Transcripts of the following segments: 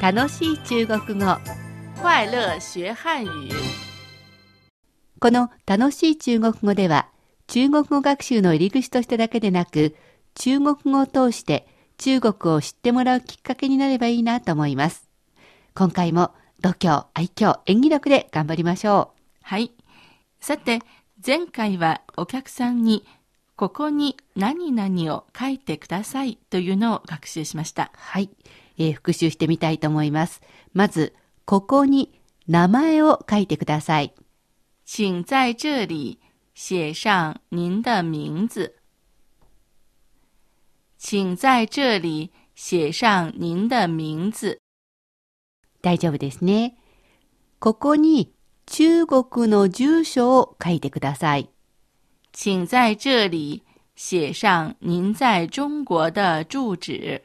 楽しい中国語。 快乐学汉语。 この楽しい中国語では、中国語学習の入り口としてだけでなく、中国語を通して中国を知ってもらうきっかけになればいいなと思います。今回も度胸、愛嬌、演技力で頑張りましょう。 はい。さて、前回はお客さんに、ここに何々を書いてくださいというのを学習しました。 はい。復習してみたいと思います。まず、ここに名前を書いてください。 請在这里写上您的名字。请在这里写上您的名字。 大丈夫ですね。ここに中国の住所を書いてください。 请在这里写上您在中国的住址。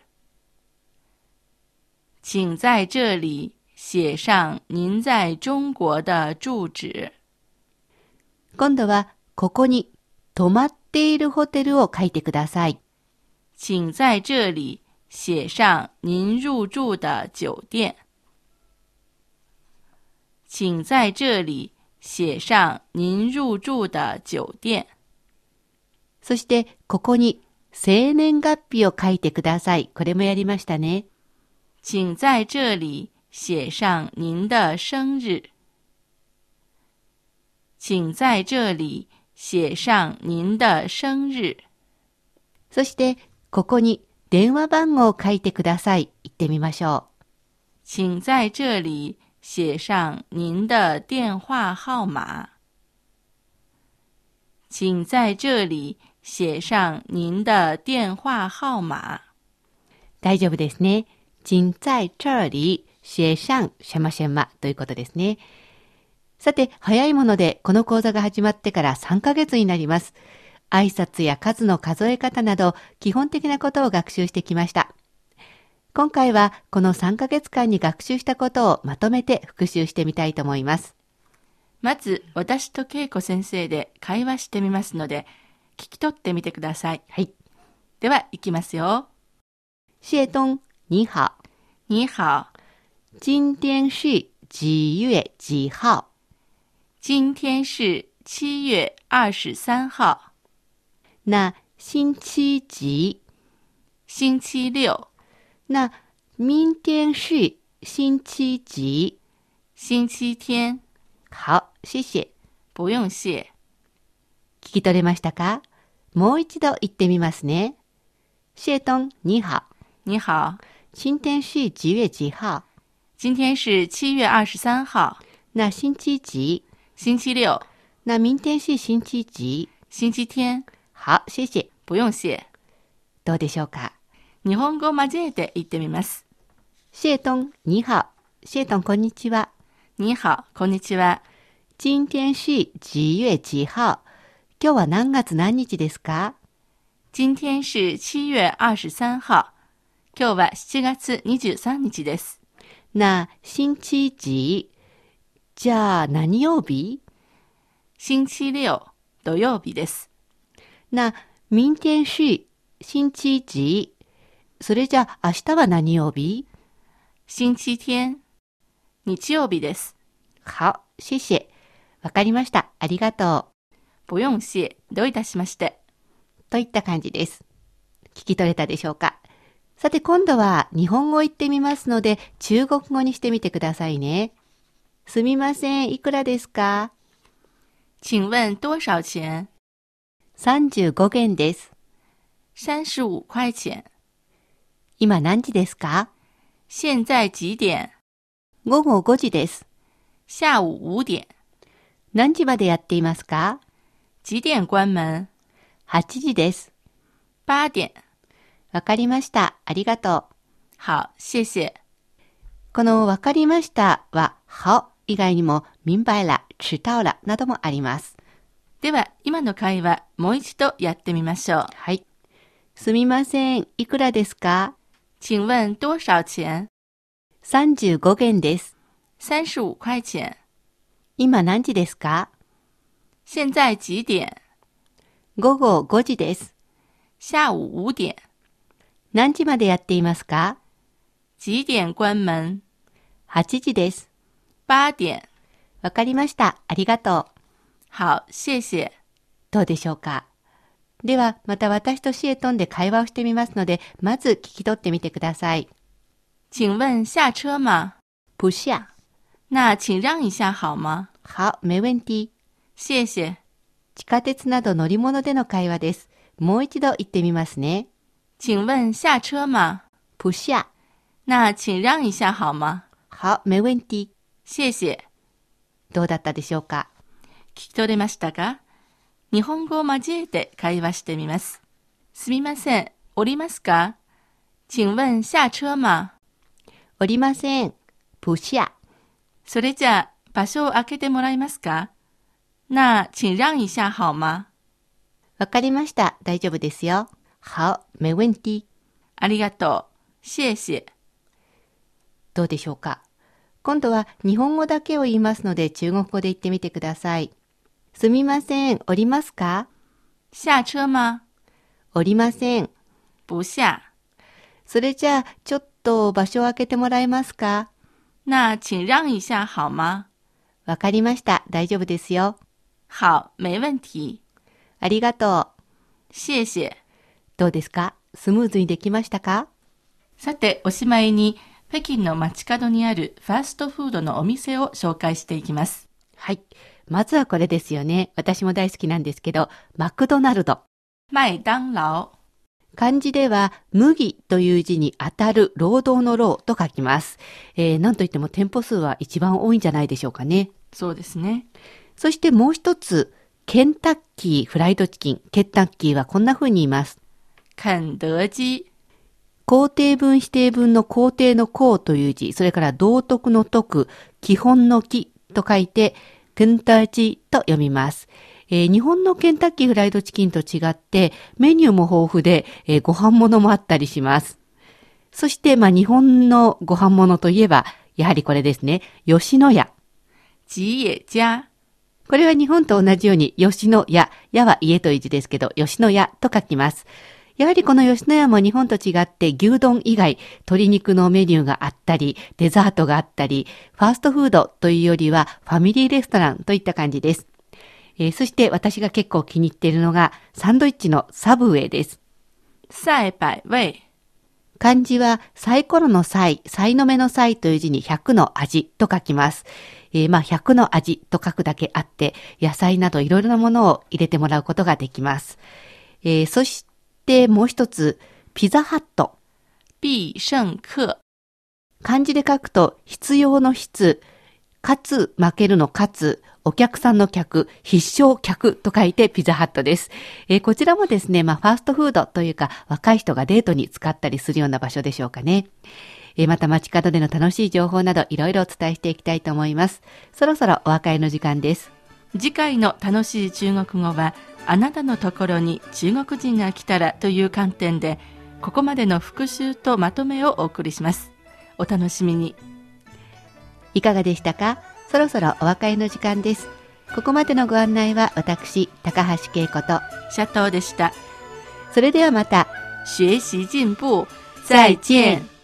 请在这里写上您在中国的住址。 今度はここに泊まっているホテルを書いてください。 请在这里写上您入住的酒店。请在这里写上您入住的酒店。 そしてここに生年月日を書いてください。これもやりましたね。 请在这里写上您的生日。请在这里写上您的生日。 そしてここに電話番号を書いてください。言ってみましょう。 请在这里写上您的电话号码。请在这里写上您的电话号码。 大丈夫ですね。请在这里写上什么什么ということですね。さて、早いものでこの講座が始まってから3ヶ月になります。挨拶や数の数え方など基本的なことを学習してきました。今回はこの3ヶ月間に学習したことをまとめて復習してみたいと思います。 まず、私と恵子先生で会話してみますので、聞き取ってみてください。 はい。 では、いきますよ。 谢東、你好。 你好。 今天是几月几号？ 今天是7月23号。 那星期几？ 星期六。 那明天是星期几？ 星期天。 好、谢谢。 不用谢。 聞き取れましたか？もう一度言ってみますね。谢東、你好。 你好。 今天是几月几号？ 今天是7月23号。 那星期几？ 星期六。 那明天是星期几？ 星期天。 好、谢謝。 不用谢。 どうでしょうか？ 日本語を交えて言ってみます。 谢東、你好。谢東、こんにちは。 你好、こんにちは。 今天是几月几号？今日は何月何日ですか？ 今天是7月23号。今日は7月23日です。 那星期几？じゃあ何曜日？ 星期六、土曜日です。 那明天是星期几？それじゃあ明日は何曜日？ 星期天、日曜日です。 好、谢謝。わかりました。ありがとう。 不用谢。どういたしまして。 といった感じです。聞き取れたでしょうか？さて今度は日本語を言ってみますので、中国語にしてみてくださいね。すみません、いくらですか？ 请問多少錢 ？35元です。 35塊錢。 今何時ですか？ 現在幾點？ 午後5時です。 下午5點。 何時までやっていますか？ 幾點關門 ？8時です。 8點。 わかりました。ありがとう。 好、謝謝。 このわかりましたは、好以外にも、明白了、知道了などもあります。 では、今の会話、もう一度やってみましょう。 はい。すみません、いくらですか？ 請問多少錢 ？35元です。 35塊錢。 今何時ですか？ 現在幾點？ 午後5時です。 下午5點。 何時までやっていますか？ 幾點關門 8時です。 8点。 わかりました。ありがとう。 好、谢谢。 どうでしょうか。では、また私とシエトンで会話をしてみますので、まず聞き取ってみてください。 请問下車嗎？ 不下。 那請讓一下好嗎？ 好、没問題。 謝謝。 地下鉄など乗り物での会話です。もう一度言ってみますね。 請問下車嗎？ 不下。 那請讓一下好嗎？ 好、没問題。 謝謝。 どうだったでしょうか。 聞き取れましたか？日本語を交えて会話してみます。すみません、降りますか？請問下車嗎？ 降りません。不下。 それじゃあ、場所を空けてもらえますか？那請讓一下好嗎？ わかりました。大丈夫ですよ。好、没問題。 ありがとう。謝謝。 どうでしょうか。今度は日本語だけを言いますので、中国語で言ってみてください。すみません、降りますか？ 下車嗎？ 降りません。 不下。 それじゃあ、ちょっと場所を空けてもらえますか？ 那請讓一下好嗎？ わかりました。大丈夫ですよ。 好、沒問題。 ありがとう。 謝謝。 どうですか？スムーズにできましたか？ さて、おしまいに、北京の街角にあるファーストフードのお店を紹介していきます。 はい。まずはこれですよね。私も大好きなんですけど、マクドナルド。 麦当劳。 漢字では、麦という字に当たる労働の労と書きます。なんといっても店舗数は一番多いんじゃないでしょうかね。 そうですね。 そしてもう一つ、ケンタッキーフライドチキン。ケンタッキーはこんな風に言います。 肯德基。 肯定文否定文の肯定の肯という字、それから道徳の徳、基本の基と書いて、ケンタッキーと読みます。日本のケンタッキーフライドチキンと違って、メニューも豊富で、ご飯物もあったりします。そして、日本のご飯物といえば、やはりこれですね。吉野家。 吉野家。 これは日本と同じように、吉野家。家は家という字ですけど、吉野家と書きます。やはりこの吉野家も日本と違って牛丼以外、鶏肉のメニューがあったり、デザートがあったり、ファーストフードというよりはファミリーレストランといった感じです。そして私が結構気に入っているのがサンドイッチのサブウェイです。 赛百味。 漢字はサイコロのサイ、サイの目のサイという字に100の味と書きます。100の味と書くだけあって、野菜などいろいろなものを入れてもらうことができます。そしてもう一つ、ピザハット。 必勝客。 漢字で書くと、必要の必、勝つ、負けるの勝つ、お客さんの客、必勝客と書いてピザハットです。こちらもですね、ファーストフードというか、若い人がデートに使ったりするような場所でしょうかね。また街角での楽しい情報などいろいろお伝えしていきたいと思います。そろそろお別れの時間です。 次回の楽しい中国語は、あなたのところに中国人が来たらという観点で、ここまでの復習とまとめをお送りします。お楽しみに。 いかがでしたか？そろそろお別れの時間です。ここまでのご案内は私、高橋恵子とシャトーでした。 それではまた。 学習進步。再見。